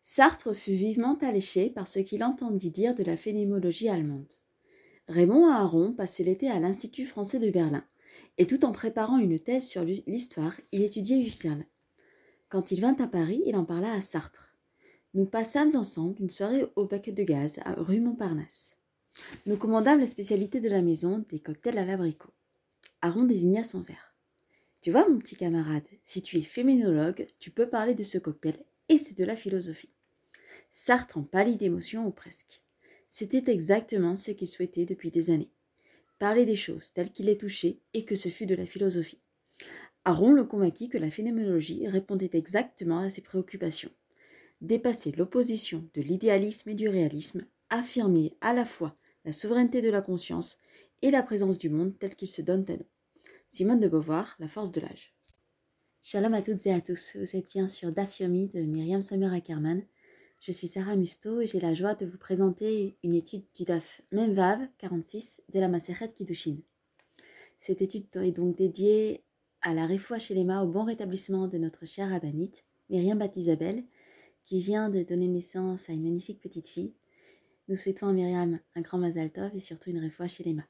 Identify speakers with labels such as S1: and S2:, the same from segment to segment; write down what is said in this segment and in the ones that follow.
S1: Sartre fut vivement alléché par ce qu'il entendit dire de la phénoménologie allemande. Raymond Aron passait l'été à l'Institut français de Berlin, et tout en préparant une thèse sur l'histoire, il étudiait Husserl. Quand il vint à Paris, il en parla à Sartre. Nous passâmes ensemble une soirée au bec de gaz, à rue Montparnasse. Nous commandâmes la spécialité de la maison, des cocktails à l'abricot. Aron désigna son verre. Tu vois, mon petit camarade, si tu es phénoménologue, tu peux parler de ce cocktail, et c'est de la philosophie. Sartre en pâlit d'émotion ou presque. C'était exactement ce qu'il souhaitait depuis des années. Parler des choses telles qu'il les touchait et que ce fût de la philosophie. Aron le convainquit que la phénoménologie répondait exactement à ses préoccupations. Dépasser l'opposition de l'idéalisme et du réalisme, affirmer à la fois la souveraineté de la conscience et la présence du monde tel qu'il se donne à nous. Simone de Beauvoir, La force de l'âge. Shalom à toutes et à tous, vous êtes bien sur Daf Yomi de Myriam Samer Ackerman. Je suis Sarah Musto et j'ai la joie de vous présenter une étude du Daf Memvav 46 de la Masechet Kiddushin. Cette étude est donc dédiée à la Refoua Shelema, au bon rétablissement de notre chère rabbinite, Myriam Bat Isabel, qui vient de donner naissance à une magnifique petite fille. Nous souhaitons à Myriam un grand Mazal Tov et surtout une Refoua Shelema.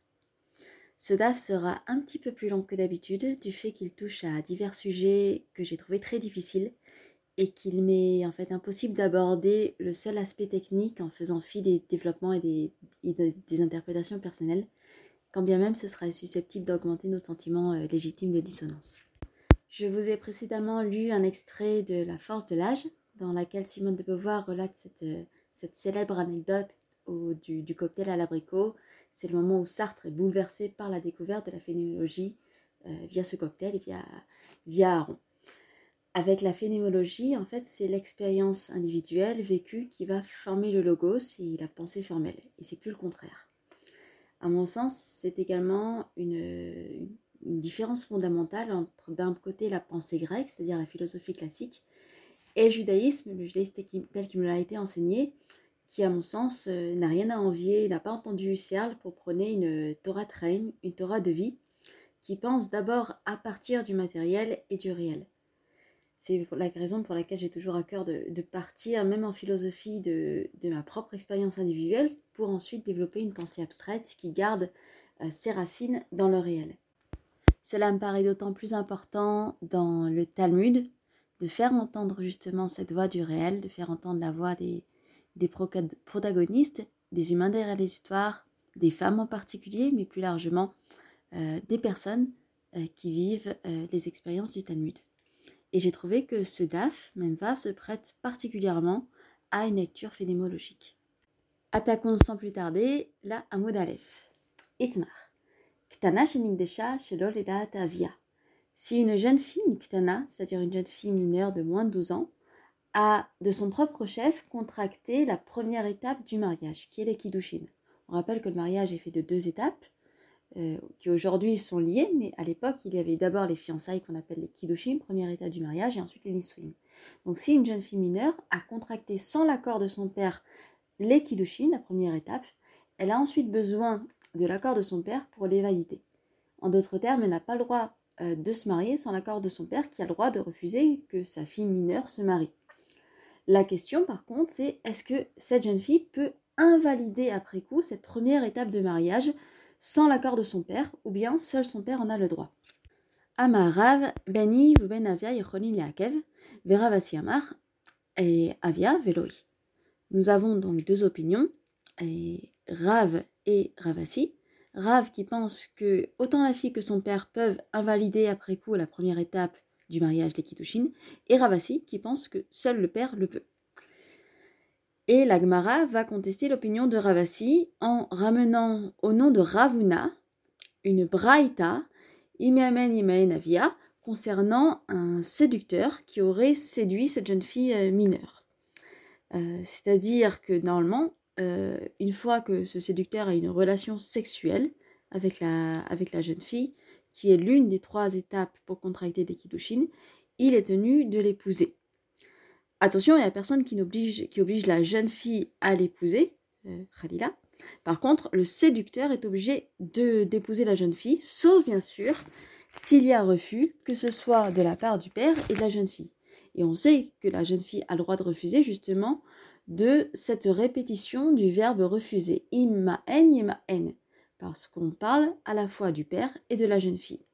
S1: Ce DAF sera un petit peu plus long que d'habitude, du fait qu'il touche à divers sujets que j'ai trouvé très difficiles et qu'il m'est en fait impossible d'aborder le seul aspect technique en faisant fi des développements et des interprétations personnelles, quand bien même ce sera susceptible d'augmenter nos sentiments légitimes de dissonance. Je vous ai précédemment lu un extrait de La force de l'âge, dans laquelle Simone de Beauvoir relate cette célèbre anecdote du cocktail à l'abricot. C'est le moment où Sartre est bouleversé par la découverte de la phénoménologie via ce cocktail et via Aron. Avec la phénoménologie, en fait, c'est l'expérience individuelle vécue qui va former le logos et la pensée formelle, et c'est plus le contraire. À mon sens, c'est également une différence fondamentale entre d'un côté la pensée grecque, c'est-à-dire la philosophie classique, et le judaïsme tel qu'il me l'a été enseigné, qui à mon sens n'a rien à envier, n'a pas entendu Husserl pour prôner une Torah Traim, une Torah de vie, qui pense d'abord à partir du matériel et du réel. C'est la raison pour laquelle j'ai toujours à cœur de partir, même en philosophie, de ma propre expérience individuelle, pour ensuite développer une pensée abstraite qui garde ses racines dans le réel. Cela me paraît d'autant plus important dans le Talmud, de faire entendre justement cette voix du réel, de faire entendre la voix des protagonistes, des humains derrière les histoires, des femmes en particulier, mais plus largement des personnes qui vivent les expériences du Talmud. Et j'ai trouvé que ce DAF, Memvav, se prête particulièrement à une lecture phénoménologique. Attaquons sans plus tarder la Hamoud Aleph. Itmar. Ktana shenikdesha shelo ledat avia. Si une jeune fille, une ktana, c'est-à-dire une jeune fille mineure de moins de 12 ans, a de son propre chef contracté la première étape du mariage, qui est les kiddushin. On rappelle que le mariage est fait de 2 étapes, qui aujourd'hui sont liées, mais à l'époque, il y avait d'abord les fiançailles qu'on appelle les kiddushin, première étape du mariage, et ensuite les nisuim. Donc si une jeune fille mineure a contracté sans l'accord de son père les kiddushin, la première étape, elle a ensuite besoin de l'accord de son père pour les valider. En d'autres termes, elle n'a pas le droit de se marier sans l'accord de son père, qui a le droit de refuser que sa fille mineure se marie. La question, par contre, c'est est-ce que cette jeune fille peut invalider après coup cette première étape de mariage sans l'accord de son père, ou bien seul son père en a le droit. Amar Rav, Beni, Vuben Avia, Yechoni Leakev, Vera Vassiamar, et Avia, Veloi. Nous avons donc 2 opinions, Rav et Ravassi. Rav qui pense que autant la fille que son père peuvent invalider après coup la première étape du mariage des Kiddushin, et Ravassi qui pense que seul le père le peut. Et la Gemara va contester l'opinion de Ravassi en ramenant au nom de Ravuna une braïta, Imeamen Imaen Avia, concernant un séducteur qui aurait séduit cette jeune fille mineure. C'est-à-dire que normalement, une fois que ce séducteur a une relation sexuelle avec la jeune fille, qui est l'une des 3 étapes pour contracter des kiddushin, il est tenu de l'épouser. Attention, il n'y a personne qui oblige la jeune fille à l'épouser, Khalila. Par contre, le séducteur est obligé d'épouser la jeune fille, sauf bien sûr s'il y a refus, que ce soit de la part du père et de la jeune fille. Et on sait que la jeune fille a le droit de refuser justement de cette répétition du verbe refuser. Ima'en, parce qu'on parle à la fois du père et de la jeune fille.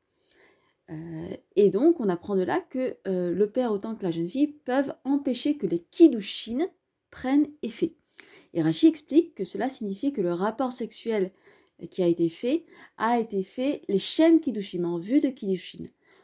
S1: Et donc, on apprend de là que le père autant que la jeune fille peuvent empêcher que les kiddushin prennent effet. Et Rashi explique que cela signifiait que le rapport sexuel qui a été fait les shem kiddushim, en vue de kiddushin.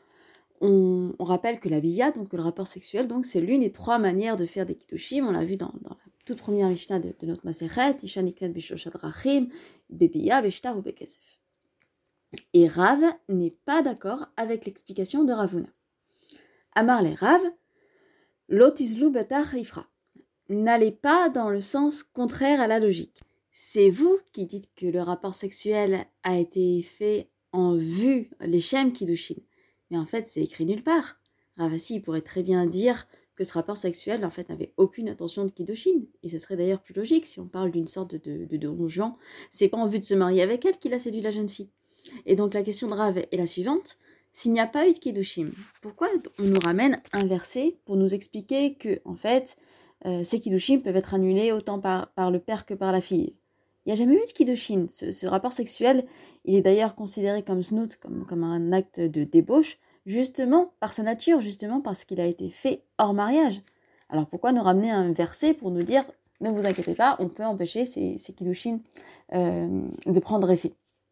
S1: On rappelle que la biya, donc le rapport sexuel, donc c'est l'une des 3 manières de faire des kiddushim. On l'a vu dans la toute première Mishnah de notre Masechet, Isha niknet b'shlosha drachim, bebiya, b'shtar ou bekesef. Et Rav n'est pas d'accord avec l'explication de Ravuna. Amar le Rav, lotizlu batar ifra. N'allez pas dans le sens contraire à la logique. C'est vous qui dites que le rapport sexuel a été fait en vue, les shem kiddushin. Mais en fait, c'est écrit nulle part. Ravasi pourrait très bien dire que ce rapport sexuel, en fait, n'avait aucune intention de kiddushin. Et ce serait d'ailleurs plus logique si on parle d'une sorte de Don Juan. C'est pas en vue de se marier avec elle qu'il a séduit la jeune fille. Et donc la question de Rav est la suivante. S'il n'y a pas eu de kiddushim, pourquoi on nous ramène un verset pour nous expliquer que, en fait, ces kiddushim peuvent être annulés autant par le père que par la fille? Il n'y a jamais eu de kiddushin. Ce rapport sexuel, il est d'ailleurs considéré comme snout, comme un acte de débauche, justement par sa nature, justement parce qu'il a été fait hors mariage. Alors pourquoi nous ramener un verset pour nous dire, ne vous inquiétez pas, on peut empêcher ces kiddushin de prendre effet?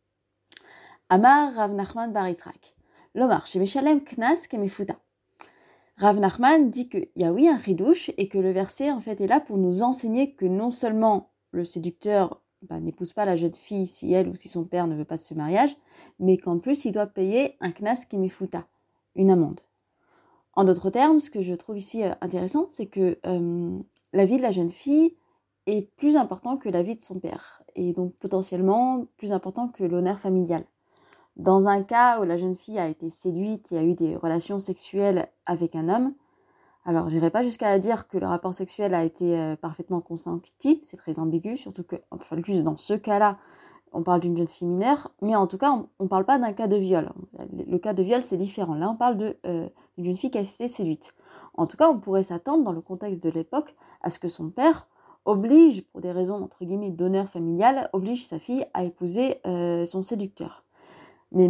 S1: Amar Rav Nachman bar Yitzhak. Lomar, chez Meshalem Knas Kemefuta. Rav Nachman dit qu'il y a oui un chidouche et que le verset en fait est là pour nous enseigner que non seulement le séducteur n'épouse pas la jeune fille si elle ou si son père ne veut pas de ce mariage, mais qu'en plus il doit payer un Knas Kemefuta, une amende. En d'autres termes, ce que je trouve ici intéressant, c'est que la vie de la jeune fille est plus important que la vie de son père, et donc potentiellement plus important que l'honneur familial. Dans un cas où la jeune fille a été séduite et a eu des relations sexuelles avec un homme, alors j'irai pas jusqu'à dire que le rapport sexuel a été parfaitement consenti, c'est très ambigu, surtout que, enfin plus dans ce cas-là, on parle d'une jeune fille mineure, mais en tout cas on parle pas d'un cas de viol. Le cas de viol c'est différent, là on parle d'une jeune fille qui a été séduite. En tout cas on pourrait s'attendre dans le contexte de l'époque à ce que son père oblige, pour des raisons entre guillemets d'honneur familial, oblige sa fille à épouser son séducteur. Mais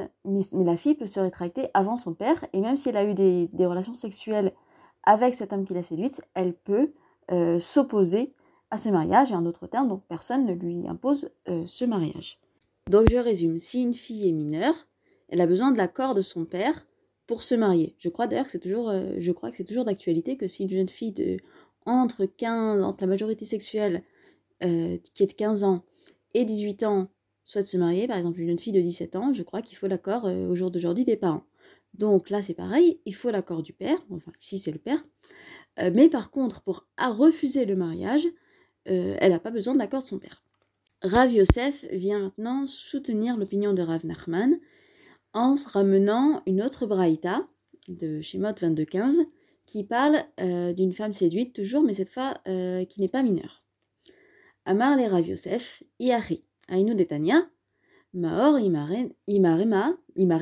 S1: la fille peut se rétracter avant son père, et même si elle a eu des relations sexuelles avec cet homme qui l'a séduite, elle peut s'opposer à ce mariage, et en d'autres termes, donc personne ne lui impose ce mariage. Donc je résume, si une fille est mineure, elle a besoin de l'accord de son père pour se marier. Je crois d'ailleurs que c'est toujours d'actualité que si une jeune fille entre la majorité sexuelle qui est de 15 ans et 18 ans souhaite se marier, par exemple une jeune fille de 17 ans, je crois qu'il faut l'accord au jour d'aujourd'hui des parents. Donc là c'est pareil, il faut l'accord du père, enfin ici c'est le père, mais par contre pour refuser le mariage, elle n'a pas besoin de l'accord de son père. Rav Yosef vient maintenant soutenir l'opinion de Rav Nachman en ramenant une autre braïta de Shemot 22:15 qui parle d'une femme séduite toujours, mais cette fois qui n'est pas mineure. Amar le Rav Yosef, Iari. Aïnou Detania, Maor Imarena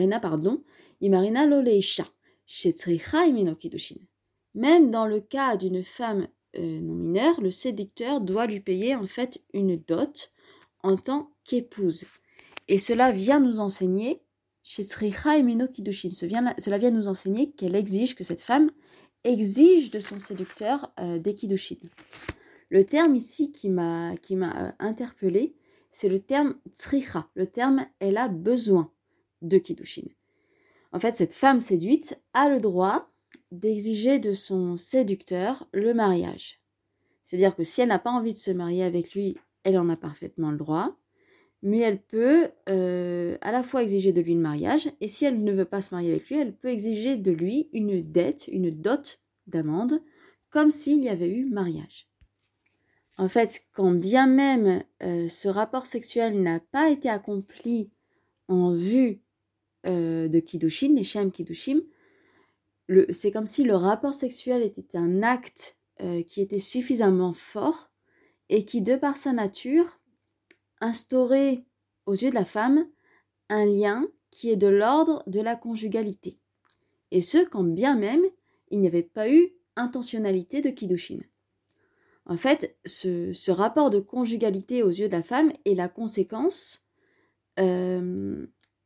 S1: Loleisha, Shetricha Imeno Kiddushin. Même dans le cas d'une femme non mineure, le séducteur doit lui payer en fait une dot en tant qu'épouse. Et cela vient nous enseigner, Shetricha Imeno Kiddushin, cela vient nous enseigner qu'elle exige, que cette femme exige de son séducteur des Kiddushin. Le terme ici qui m'a interpellée, c'est le terme tsricha. Le terme « elle a besoin de kiddushin ». En fait, cette femme séduite a le droit d'exiger de son séducteur le mariage. C'est-à-dire que si elle n'a pas envie de se marier avec lui, elle en a parfaitement le droit, mais elle peut à la fois exiger de lui le mariage, et si elle ne veut pas se marier avec lui, elle peut exiger de lui une dette, une dot d'amende, comme s'il y avait eu mariage. En fait, quand bien même ce rapport sexuel n'a pas été accompli en vue de Kiddushin, les Shem Kiddushim, c'est comme si le rapport sexuel était un acte qui était suffisamment fort et qui, de par sa nature, instaurait aux yeux de la femme un lien qui est de l'ordre de la conjugalité. Et ce, quand bien même il n'y avait pas eu intentionnalité de kiddushin. En fait, ce rapport de conjugalité aux yeux de la femme est la conséquence de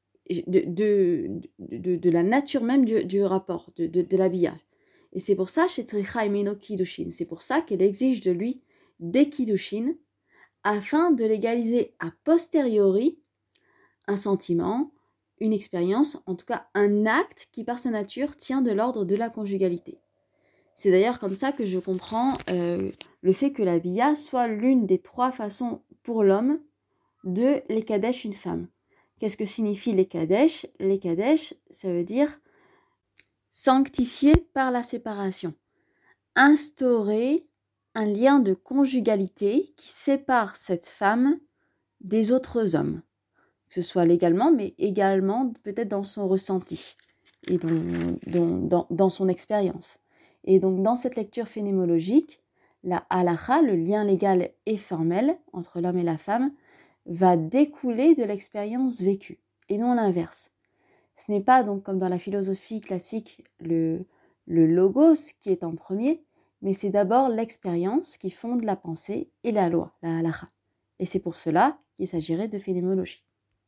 S1: la nature même du rapport, de l'habillage. Et c'est pour ça, chez Tzricha Imeno Kiddushin, c'est pour ça qu'elle exige de lui des Kiddushin, afin de légaliser a posteriori un sentiment, une expérience, en tout cas un acte qui par sa nature tient de l'ordre de la conjugalité. C'est d'ailleurs comme ça que je comprends le fait que la bia soit l'une des 3 façons pour l'homme de l'ekadesh une femme. Qu'est-ce que signifie l'ekadesh ? L'ekadesh, ça veut dire sanctifier par la séparation. Instaurer un lien de conjugalité qui sépare cette femme des autres hommes. Que ce soit légalement, mais également peut-être dans son ressenti et dans son expérience. Et donc, dans cette lecture phénémologique, la halakha, le lien légal et formel entre l'homme et la femme, va découler de l'expérience vécue, et non l'inverse. Ce n'est pas donc comme dans la philosophie classique le logos qui est en premier, mais c'est d'abord l'expérience qui fonde la pensée et la loi, la halakha. Et c'est pour cela qu'il s'agirait de phénémologie.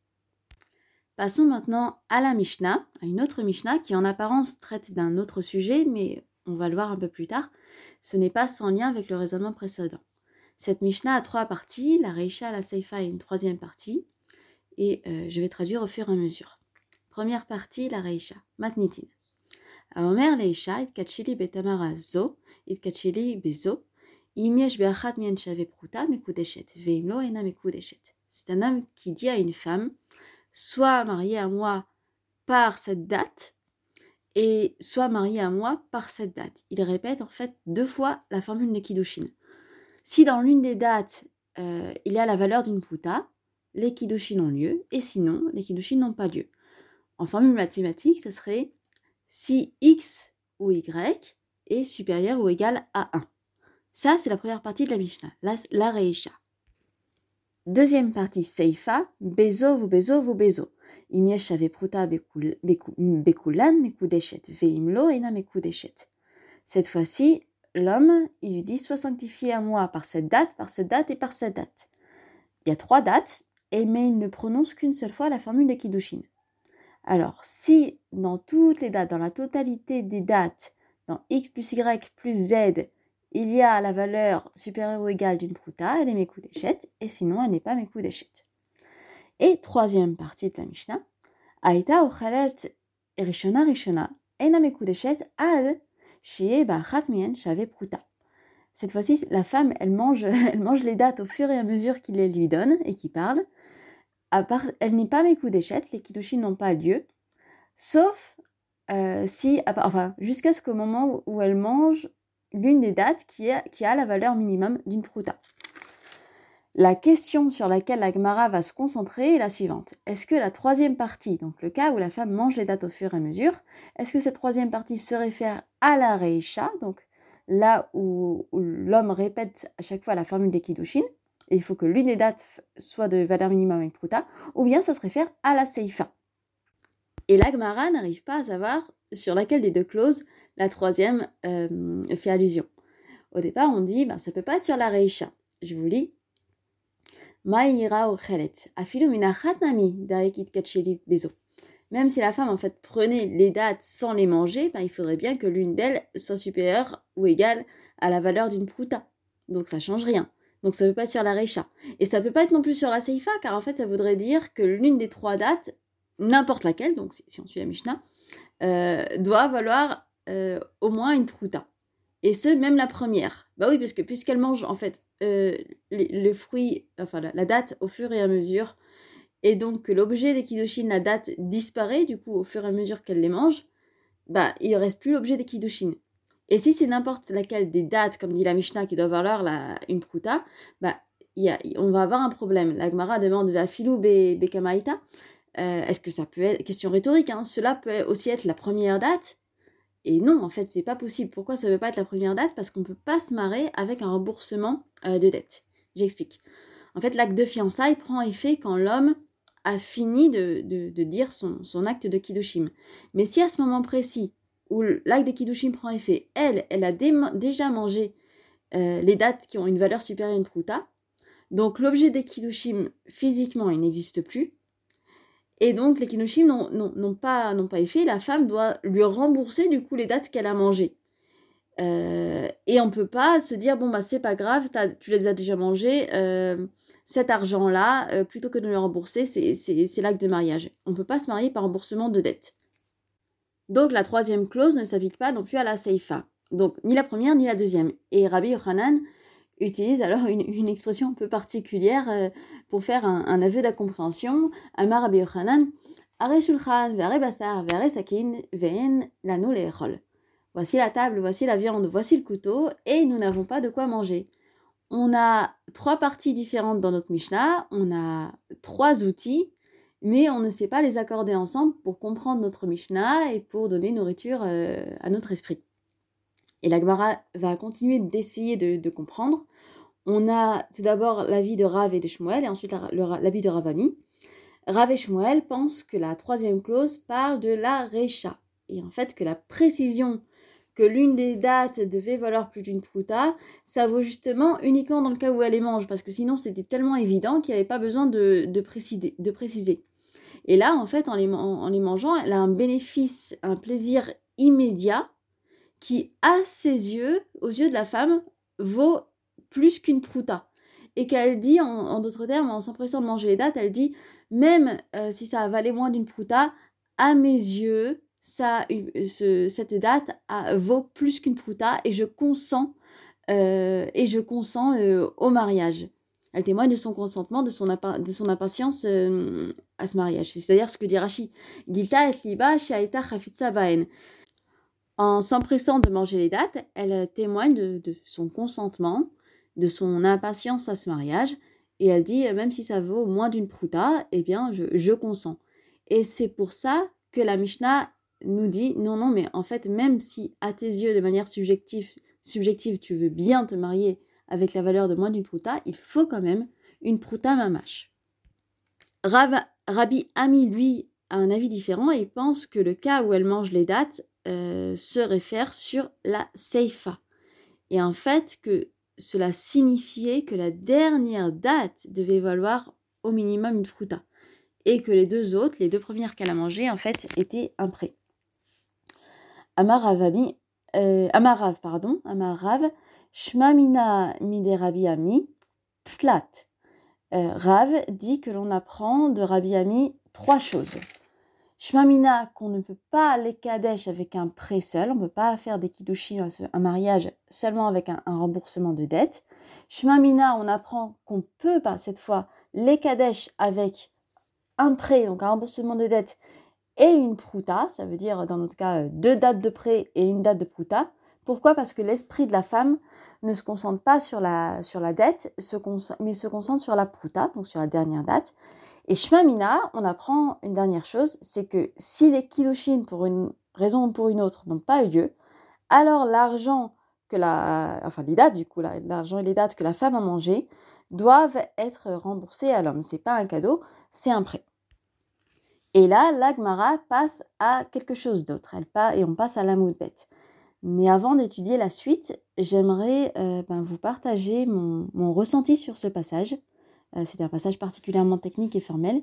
S1: Passons maintenant à la Mishnah, à une autre Mishnah qui en apparence traite d'un autre sujet, mais on va le voir un peu plus tard, ce n'est pas sans lien avec le raisonnement précédent. Cette Mishnah a 3 parties, la Reisha, la Seifa et une 3e partie, et je vais traduire au fur et à mesure. Première partie, la Reisha, Matnitin. Aomer Leisha, Itkachili betamara zo, Itkachili bezo, Imyesh beachat mien shave pruta mekudeshet, veimlo ena mekudeshet. C'est un homme qui dit à une femme, soit marié à moi par cette date, et soit marié à moi par cette date. Il répète en fait 2 fois la formule de Kiddushin. Si dans l'une des dates, il y a la valeur d'une pruta, les Kiddushin ont lieu, et sinon, les Kiddushin n'ont pas lieu. En formule mathématique, ça serait si x ou y est supérieur ou égal à 1. Ça, c'est la première partie de la Mishnah, la Reisha. Deuxième partie, Seifa, bezo vous bezo. Im yesh shave pruta bekulan mekudeshet, veimlo ena mekudeshet. Cette fois-ci, l'homme, il lui dit, sois sanctifié à moi par cette date et par cette date. Il y a 3 dates, mais il ne prononce qu'une seule fois la formule de Kiddushin. Alors, si dans toutes les dates, dans la totalité des dates, dans x plus y plus z, il y a la valeur supérieure ou égale d'une pruta, elle est mekudeshet, et sinon elle n'est pas mekudeshet. Et 3e partie de la Mishnah, Aïta ochalet rishona, ena mekudeshet ad shi'e ba'achat mien shave pruta. Cette fois-ci, la femme, elle mange les dates au fur et à mesure qu'il les lui donne et qu'il parle. Elle n'est pas mekudeshet, les kiddushin n'ont pas lieu, sauf jusqu'à ce qu'au moment où elle mange l'une des dates qui a la valeur minimum d'une pruta. La question sur laquelle la Gemara va se concentrer est la suivante. Est-ce que la 3e partie, donc le cas où la femme mange les dates au fur et à mesure, est-ce que cette 3e partie se réfère à la Reisha, donc là où l'homme répète à chaque fois la formule des Kiddushin, et il faut que l'une des dates soit de valeur minimum avec pruta, ou bien ça se réfère à la Seifa. Et la Gemara n'arrive pas à savoir sur laquelle des 2 clauses la 3e fait allusion. Au départ, on dit, ça peut pas être sur la Reisha. Je vous lis. Maïra ochelet, afilu minachat nami daekit kacheli bezo. Même si la femme en fait prenait les dates sans les manger, il faudrait bien que l'une d'elles soit supérieure ou égale à la valeur d'une pruta. Donc ça change rien. Donc ça ne peut pas être sur la Reisha. Et ça ne peut pas être non plus sur la Seifa, car en fait ça voudrait dire que l'une des 3 dates, n'importe laquelle, donc si on suit la Mishnah, doit valoir au moins une pruta. Et ce, même la première. Oui, parce que puisqu'elle mange en fait le fruit, la date au fur et à mesure, et donc que l'objet des Kiddushin, la date disparaît du coup au fur et à mesure qu'elle les mange, il ne reste plus l'objet des Kiddushin. Et si c'est n'importe laquelle des dates, comme dit la Mishnah, qui doit valoir une pruta, on va avoir un problème. La Gemara demande Vafilu bekamaïta. Est-ce que ça peut être, question rhétorique, cela peut aussi être la première date? Et non, en fait, c'est pas possible. Pourquoi ça ne peut pas être la première date? Parce qu'on ne peut pas se marier avec un remboursement de dette. J'explique. En fait, l'acte de fiançailles prend effet quand l'homme a fini de dire son acte de Kiddushin. Mais si à ce moment précis, où l'acte des Kiddushim prend effet, elle a déjà mangé les dates qui ont une valeur supérieure à une prouta. Donc l'objet des Kiddushim, physiquement, il n'existe plus. Et donc les Kiddushim n'ont pas effet. La femme doit lui rembourser du coup les dates qu'elle a mangées. Et on peut pas se dire bon bah c'est pas grave, tu les as déjà mangés, cet argent-là, plutôt que de le rembourser, c'est l'acte de mariage. On peut pas se marier par remboursement de dette. Donc la troisième clause ne s'applique pas non plus à la seifa. Donc ni la première ni la deuxième. Et Rabbi Yochanan utilise alors une expression un peu particulière pour faire un aveu d'incompréhension. Amar Rabbi Yochanan, Are shulchan ve'are basar ve'are sakin ve'en lanu le'echol. Voici la table, voici la viande, voici le couteau, et nous n'avons pas de quoi manger. On a 3 parties différentes dans notre Mishnah, on a 3 outils, mais on ne sait pas les accorder ensemble pour comprendre notre Mishnah et pour donner nourriture à notre esprit. Et la Gemara va continuer d'essayer de comprendre. On a tout d'abord l'avis de Rav et de Shmuel, et ensuite l'avis de Rav Ami. Rav et Shmuel pensent que la troisième clause parle de la Recha, et en fait que la précision que l'une des dates devait valoir plus d'une prouta, ça vaut justement uniquement dans le cas où elle les mange, parce que sinon c'était tellement évident qu'il n'y avait pas besoin de préciser. Et là, en fait, en les mangeant, elle a un bénéfice, un plaisir immédiat qui, à ses yeux, aux yeux de la femme, vaut plus qu'une prouta. Et qu'elle dit, en d'autres termes, en s'empressant de manger les dates, elle dit, même si ça valait moins d'une prouta, à mes yeux, cette date vaut plus qu'une prouta et je consens au mariage. Elle témoigne de son consentement, de son impatience à ce mariage. C'est-à-dire ce que dit Rashi. Gilta et liba shaita chafitza baen. En s'empressant de manger les dates, elle témoigne de son consentement, de son impatience à ce mariage. Et elle dit, même si ça vaut moins d'une prouta, eh bien, je consens. Et c'est pour ça que la Mishnah nous dit, non, mais en fait, même si à tes yeux, de manière subjective, tu veux bien te marier avec la valeur de moins d'une prouta, il faut quand même une prouta mamash. Rabbi Ami, lui, a un avis différent et pense que le cas où elle mange les dates se réfère sur la seifa. Et en fait, que cela signifiait que la dernière date devait valoir au minimum une prouta. Et que les deux premières qu'elle a mangées, en fait, étaient un prêt. Amarav, Shmamina mide Rabbi Ami, Tzlat. Rav dit que l'on apprend de Rabbi Ami 3 choses. Shmamina, qu'on ne peut pas les kadesh avec un prêt seul, on ne peut pas faire des kiddushim, un mariage seulement avec un remboursement de dette. Shmamina, on apprend qu'on peut pas cette fois les kadesh avec un prêt, donc un remboursement de dette, et une prouta, ça veut dire dans notre cas 2 dates de prêt et une date de prouta. Pourquoi ? Parce que l'esprit de la femme ne se concentre pas sur la dette, mais se concentre sur la prouta, donc sur la dernière date. Et Shmamina, on apprend une dernière chose, c'est que si les kiddushim, pour une raison ou pour une autre, n'ont pas eu lieu, alors l'argent les dates du coup, l'argent et les dates que la femme a mangé doivent être remboursés à l'homme. C'est pas un cadeau, c'est un prêt. Et là, la Gemara passe à quelque chose d'autre. Et on passe à la moudbet. Mais avant d'étudier la suite, j'aimerais vous partager mon ressenti sur ce passage. C'est un passage particulièrement technique et formel,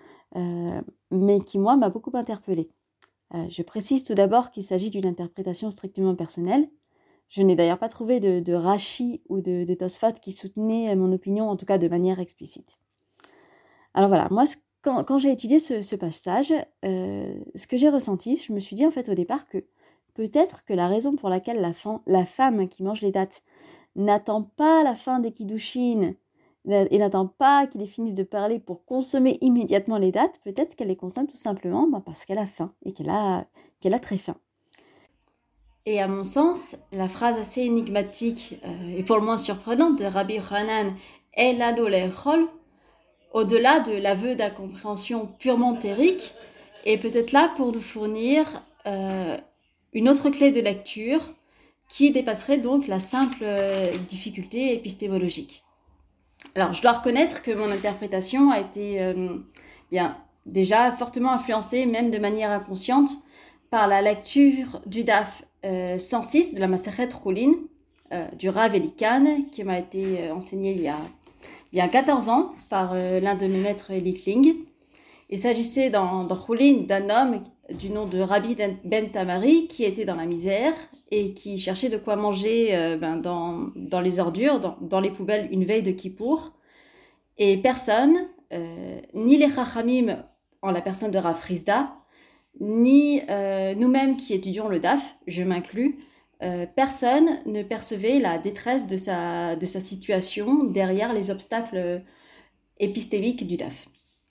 S1: mais qui, moi, m'a beaucoup interpellée. Je précise tout d'abord qu'il s'agit d'une interprétation strictement personnelle. Je n'ai d'ailleurs pas trouvé de Rashi ou de Tosfot qui soutenait mon opinion, en tout cas de manière explicite. Alors voilà, moi, quand j'ai étudié ce passage, ce que j'ai ressenti, je me suis dit en fait au départ que peut-être que la raison pour laquelle la femme qui mange les dates n'attend pas la fin des kiddushin et n'attend pas qu'il ait fini de parler pour consommer immédiatement les dates, peut-être qu'elle les consomme tout simplement parce qu'elle a faim et qu'elle a très faim. Et à mon sens, la phrase assez énigmatique et pour le moins surprenante de Rabbi Yochanan « El ado le'echol » au-delà de l'aveu d'incompréhension purement théorique, est peut-être là pour nous fournir une autre clé de lecture qui dépasserait donc la simple difficulté épistémologique. Alors, je dois reconnaître que mon interprétation a été déjà fortement influencée, même de manière inconsciente, par la lecture du DAF 106 de la Masechet Choulin, du Rav Elikan, qui m'a été enseigné il y a 14 ans par l'un de mes maîtres Likling. Il s'agissait dans Choulin d'un homme du nom de Rabbi Ben Tamari qui était dans la misère et qui cherchait de quoi manger dans les ordures, dans les poubelles une veille de Kippour. Et personne, ni les Chachamim en la personne de Rav Frisda, ni nous-mêmes qui étudions le DAF, je m'inclus, personne ne percevait la détresse de sa situation derrière les obstacles épistémiques du DAF.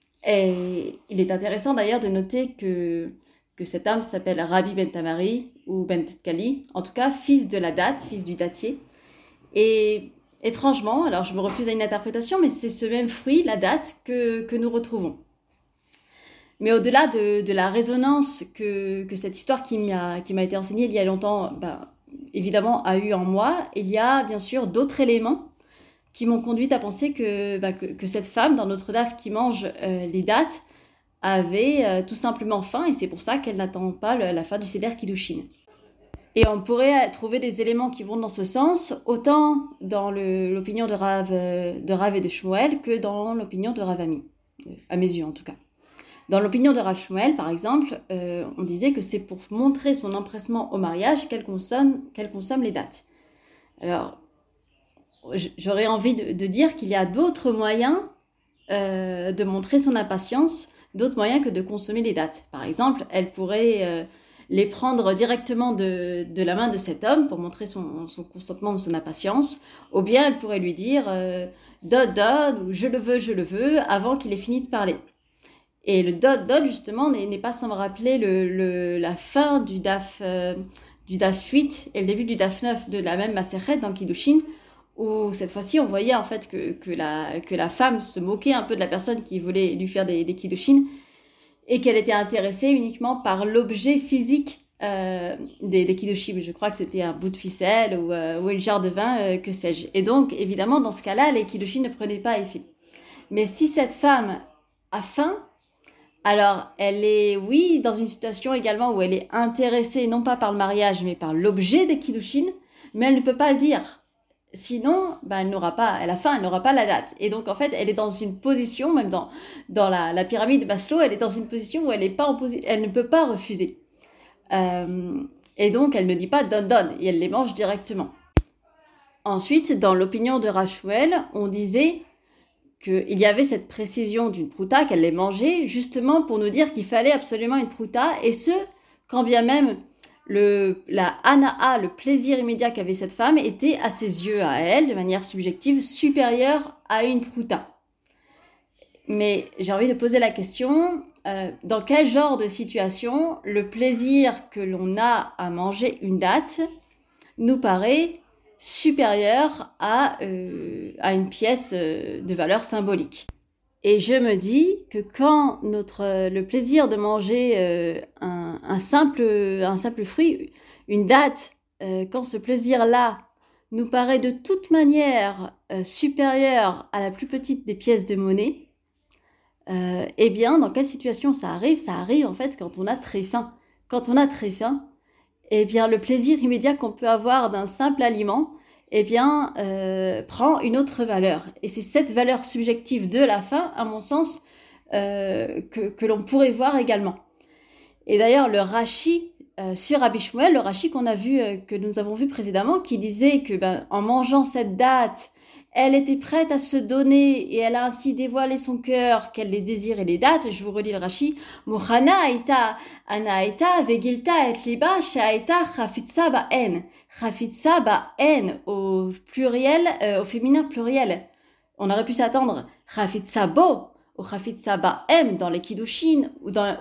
S1: Et il est intéressant d'ailleurs de noter que cet homme s'appelle Rabbi Ben Tamari ou Ben Tkali, en tout cas fils de la date, fils du datier. Et étrangement, alors je me refuse à une interprétation, mais c'est ce même fruit, la date, que nous retrouvons. Mais au-delà de la résonance que cette histoire qui m'a été enseignée il y a longtemps, évidemment, a eu en moi, il y a bien sûr d'autres éléments qui m'ont conduite à penser que cette femme dans notre DAF qui mange les dates avait tout simplement faim, et c'est pour ça qu'elle n'attend pas la fin du Seder Kiddushin. Et on pourrait trouver des éléments qui vont dans ce sens, autant dans l'opinion de Rav et de Shmuel que dans l'opinion de Rav Ami, à mes yeux en tout cas. Dans l'opinion de Rav Shmuel, par exemple, on disait que c'est pour montrer son empressement au mariage qu'elle consomme les dates. Alors, j'aurais envie de dire qu'il y a d'autres moyens de montrer son impatience, d'autres moyens que de consommer les dates. Par exemple, elle pourrait les prendre directement de la main de cet homme pour montrer son consentement ou son impatience, ou bien elle pourrait lui dire « donne » ou « je le veux » avant qu'il ait fini de parler. Et le dot justement n'est pas sans me rappeler la fin du DAF 8 et le début du DAF 9 de la même Masechet dans Kiddushin, où cette fois-ci on voyait en fait que la femme se moquait un peu de la personne qui voulait lui faire des Kiddushin et qu'elle était intéressée uniquement par l'objet physique des Kiddushin. Je crois que c'était un bout de ficelle ou une jarre de vin, que sais-je. Et donc évidemment dans ce cas-là les Kiddushin ne prenaient pas effet. Mais si cette femme a faim, alors, elle est, oui, dans une situation également où elle est intéressée, non pas par le mariage, mais par l'objet des Kiddushin, mais elle ne peut pas le dire. Sinon, elle n'aura pas, elle a faim, elle n'aura pas la date. Et donc, en fait, elle est dans une position, même dans la pyramide de Maslow, elle est dans une position où elle ne peut pas refuser. Et donc, elle ne dit pas donne, et elle les mange directement. Ensuite, dans l'opinion de Rav Shmuel, on disait qu'il y avait cette précision d'une prouta, qu'elle les mangeait, justement pour nous dire qu'il fallait absolument une prouta, et ce, quand bien même la hana'a, le plaisir immédiat qu'avait cette femme, était à ses yeux, à elle, de manière subjective, supérieur à une prouta. Mais j'ai envie de poser la question, dans quel genre de situation le plaisir que l'on a à manger une date nous paraît supérieure à une pièce de valeur symbolique. Et je me dis que quand le plaisir de manger un simple fruit, une date, quand ce plaisir-là nous paraît de toute manière supérieur à la plus petite des pièces de monnaie, eh bien, dans quelle situation ça arrive? Ça arrive en fait quand on a très faim. Quand on a très faim, eh bien, le plaisir immédiat qu'on peut avoir d'un simple aliment, eh bien, prend une autre valeur. Et c'est cette valeur subjective de la faim, à mon sens, que l'on pourrait voir également. Et d'ailleurs, le Rashi sur Rabbi Shmuel, le Rashi que nous avons vu précédemment, qui disait que, en mangeant cette date, elle était prête à se donner et elle a ainsi dévoilé son cœur qu'elle les désirait les dates. Je vous relis le Rashi. Mohana aita ana aita vegilta et liba shaita chafitza ba'en. Chafitza ba'en au pluriel, au féminin pluriel. On aurait pu s'attendre chafitza bo ou chafitza ba'em dans les kiddushin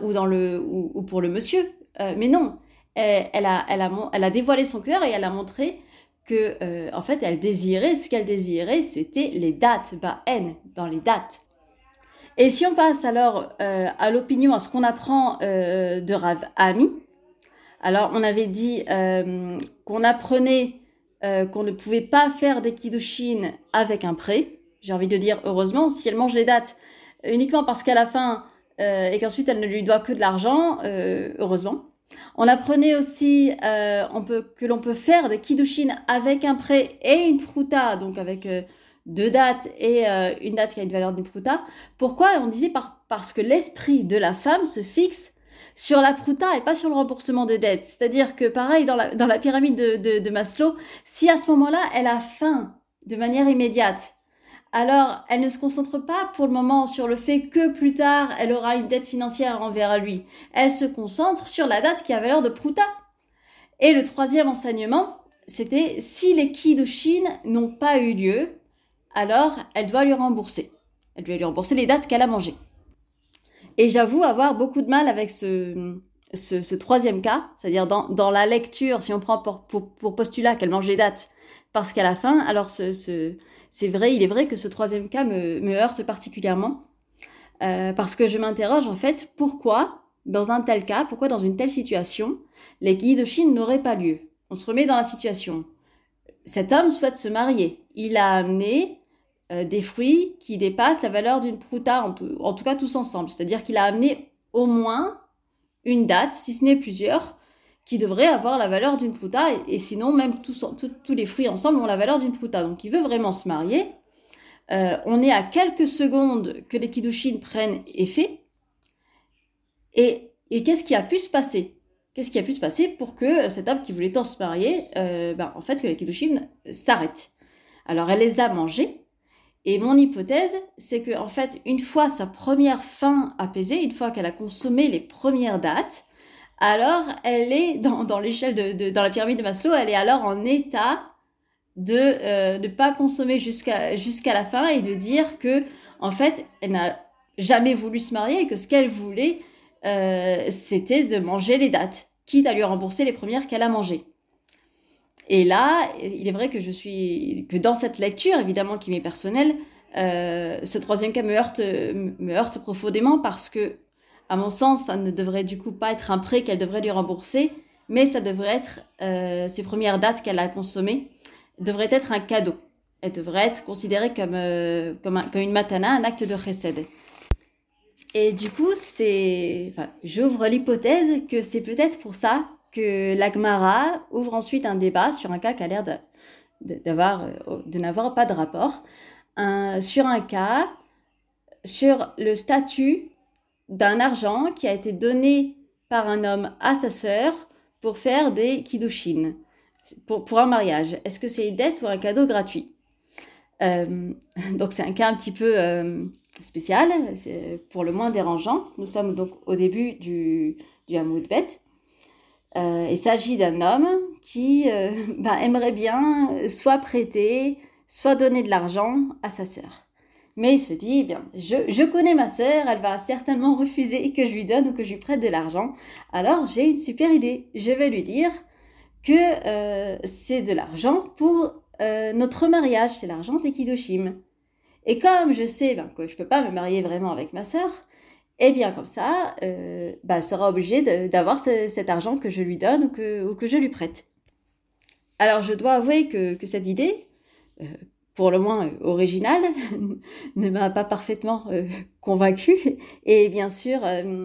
S1: ou pour le monsieur. Mais non, elle a dévoilé son cœur et elle a montré que, en fait, elle désirait, ce qu'elle désirait, c'était les dates, ba'en, dans les dates. Et si on passe alors à l'opinion, à ce qu'on apprend de Rav Ami, alors on avait dit qu'on apprenait qu'on ne pouvait pas faire des kiddushin avec un prêt. J'ai envie de dire, heureusement, si elle mange les dates uniquement parce qu'elle a faim et qu'ensuite elle ne lui doit que de l'argent, heureusement. On apprenait aussi que l'on peut faire des kiddushin avec un prêt et une prouta, donc avec deux dates et une date qui a une valeur d'une prouta. Pourquoi? On disait parce que l'esprit de la femme se fixe sur la prouta et pas sur le remboursement de dette. C'est-à-dire que pareil, dans la pyramide de Maslow, si à ce moment-là, elle a faim de manière immédiate, alors elle ne se concentre pas pour le moment sur le fait que plus tard, elle aura une dette financière envers lui. Elle se concentre sur la date qui a valeur de prouta. Et le troisième enseignement, c'était si les kiddushin n'ont pas eu lieu, alors elle doit lui rembourser. Elle doit lui rembourser les dates qu'elle a mangées. Et j'avoue avoir beaucoup de mal avec ce troisième cas, c'est-à-dire dans la lecture, si on prend pour postulat qu'elle mange les dates parce qu'elle a faim, alors c'est vrai, il est vrai que ce troisième cas me heurte particulièrement, parce que je m'interroge en fait, pourquoi, dans un tel cas, pourquoi dans une telle situation, les kiddushin n'auraient pas lieu. On se remet dans la situation. Cet homme souhaite se marier. Il a amené des fruits qui dépassent la valeur d'une prouta, en tout cas tous ensemble. C'est-à-dire qu'il a amené au moins une date, si ce n'est plusieurs, qui devraient avoir la valeur d'une prouta, et sinon même tous les fruits ensemble ont la valeur d'une prouta. Donc il veut vraiment se marier. On est à quelques secondes que les kiddushin prennent effet. Et qu'est-ce qui a pu se passer? Qu'est-ce qui a pu se passer pour que cet homme qui voulait tant se marier, en fait, que les kiddushin s'arrêtent? Alors, elle les a mangés. Et mon hypothèse, c'est que, en fait, une fois sa première faim apaisée, une fois qu'elle a consommé les premières dates, alors elle est dans l'échelle dans la pyramide de Maslow, elle est alors en état de ne pas consommer jusqu'à la fin et de dire que, en fait, elle n'a jamais voulu se marier et que ce qu'elle voulait, c'était de manger les dates, quitte à lui rembourser les premières qu'elle a mangées. Et là, il est vrai que dans cette lecture, évidemment qui m'est personnelle, ce troisième cas me heurte profondément parce que, à mon sens, ça ne devrait du coup pas être un prêt qu'elle devrait lui rembourser, mais ça devrait être ses premières dates qu'elle a consommées, devrait être un cadeau. Elle devrait être considérée comme une matana, un acte de chesed. Et du coup, j'ouvre l'hypothèse que c'est peut-être pour ça que la Gemara ouvre ensuite un débat sur un cas qui a l'air de n'avoir pas de rapport, sur un cas, sur le statut d'un argent qui a été donné par un homme à sa sœur pour faire des kiddushin, pour un mariage. Est-ce que c'est une dette ou un cadeau gratuit? Donc c'est un cas un petit peu spécial, c'est pour le moins dérangeant. Nous sommes donc au début du Hamoud Bet. Il s'agit d'un homme qui aimerait bien soit prêter, soit donner de l'argent à sa sœur. Mais il se dit, bien, je connais ma sœur, elle va certainement refuser que je lui donne ou que je lui prête de l'argent. Alors j'ai une super idée, je vais lui dire que c'est de l'argent pour notre mariage, c'est l'argent des kiddushin. Et comme je sais que je ne peux pas me marier vraiment avec ma sœur, et bien comme ça, elle sera obligée d'avoir cet argent que je lui donne ou que je lui prête. Alors je dois avouer que cette idée, pour le moins originale, ne m'a pas parfaitement convaincue et bien sûr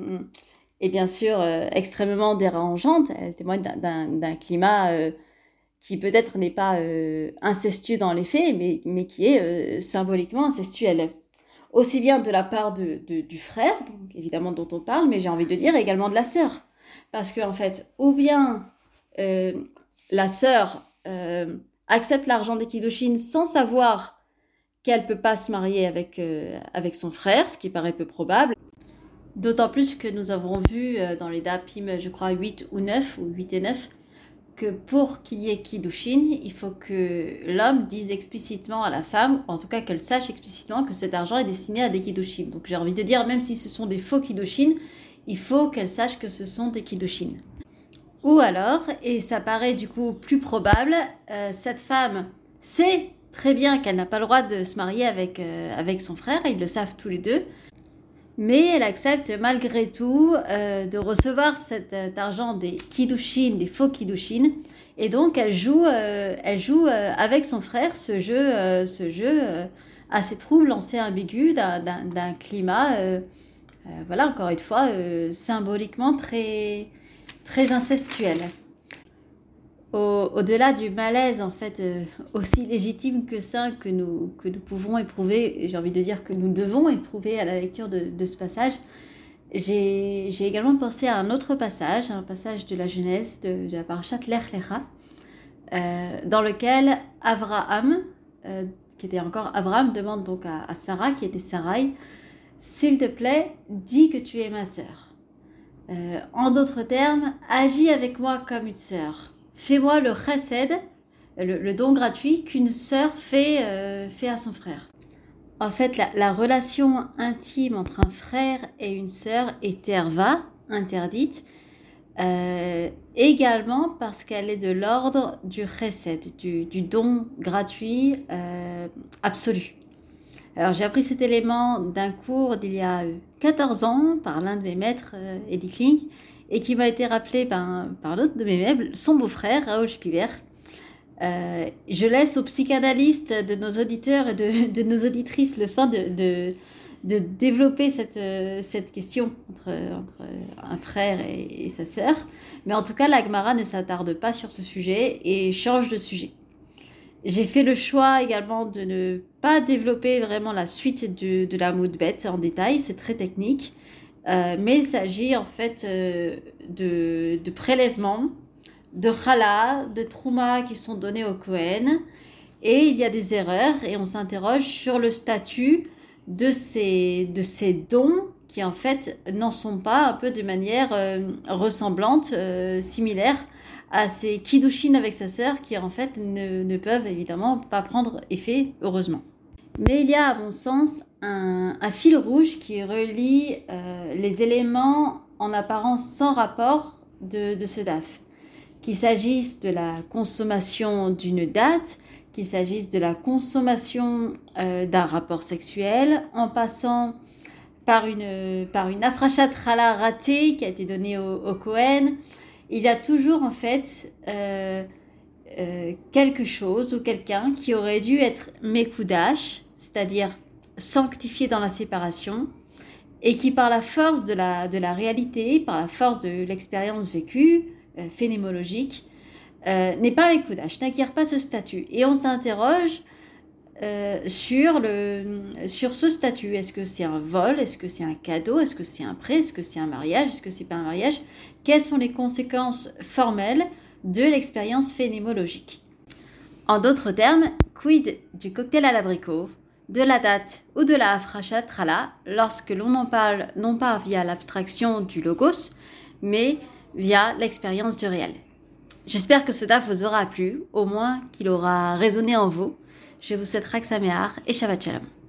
S1: extrêmement dérangeante. Elle témoigne d'un climat qui peut-être n'est pas incestueux dans les faits, mais qui est symboliquement incestuel. Aussi bien de la part du frère, donc évidemment dont on parle, mais j'ai envie de dire également de la sœur. Parce qu'en fait, ou bien la sœur accepte l'argent des kiddushin sans savoir qu'elle ne peut pas se marier avec son frère, ce qui paraît peu probable. D'autant plus que nous avons vu dans les dapim, je crois 8 ou 9, ou 8 et 9, que pour qu'il y ait kiddushin, il faut que l'homme dise explicitement à la femme, ou en tout cas qu'elle sache explicitement que cet argent est destiné à des kiddushin. Donc j'ai envie de dire, même si ce sont des faux kiddushin, il faut qu'elle sache que ce sont des kiddushin. Ou alors, et ça paraît du coup plus probable, cette femme sait très bien qu'elle n'a pas le droit de se marier avec son frère, ils le savent tous les deux, mais elle accepte malgré tout de recevoir cet argent des kiddushin, des faux kiddushin, et donc elle joue avec son frère ce jeu assez trouble, assez ambigu d'un climat, voilà encore une fois symboliquement très très incestuel. Au-delà du malaise, en fait, aussi légitime que ça, que nous pouvons éprouver, j'ai envie de dire que nous devons éprouver à la lecture de ce passage, j'ai également pensé à un autre passage, un passage de la Genèse, de la parashat Lech Lecha, dans lequel Abraham, qui était encore Abraham, demande donc à Sarah, qui était Sarai, « S'il te plaît, dis que tu es ma sœur. En d'autres termes, agis avec moi comme une sœur. Fais-moi le chesed, le don gratuit qu'une sœur fait à son frère. » En fait, la relation intime entre un frère et une sœur est terva, interdite, également parce qu'elle est de l'ordre du chesed, du don gratuit absolu. Alors, j'ai appris cet élément d'un cours d'il y a 14 ans par l'un de mes maîtres, Eddie Kling, et qui m'a été rappelé par l'autre de mes maîtres, son beau-frère, Raoul Spiver. Je laisse aux psychanalystes de nos auditeurs et de nos auditrices le soin de développer cette question entre un frère et sa sœur. Mais en tout cas, la Gemara ne s'attarde pas sur ce sujet et change de sujet. J'ai fait le choix également de ne pas développer vraiment la suite de la Moudbet en détail, c'est très technique, mais il s'agit en fait de prélèvements, de challah, de trouma qui sont donnés au Kohen, et il y a des erreurs et on s'interroge sur le statut de ces dons qui en fait n'en sont pas, un peu de manière ressemblante, similaire à ces kiddushin avec sa sœur qui en fait ne peuvent évidemment pas prendre effet, heureusement. Mais il y a à mon sens un fil rouge qui relie les éléments en apparence sans rapport de ce DAF. Qu'il s'agisse de la consommation d'une date, qu'il s'agisse de la consommation d'un rapport sexuel, en passant par une afrachat challah ratée qui a été donnée au Kohen, il y a toujours en fait quelque chose ou quelqu'un qui aurait dû être mekoudash, c'est-à-dire sanctifié dans la séparation, et qui par la force de la réalité, par la force de l'expérience vécue, phénémologique, n'est pas mekoudash, n'acquiert pas ce statut. Et on s'interroge sur ce statut. Est-ce que c'est un vol? Est-ce que c'est un cadeau? Est-ce que c'est un prêt? Est-ce que c'est un mariage? Est-ce que c'est pas un mariage? Quelles sont les conséquences formelles de l'expérience phénémologique? En d'autres termes, quid du cocktail à l'abricot, de la date ou de la afrachat challah, lorsque l'on en parle non pas via l'abstraction du logos, mais via l'expérience du réel. J'espère que ce DAF vous aura plu, au moins qu'il aura résonné en vous. Je vous souhaite Chag Sameach et Shabbat Shalom.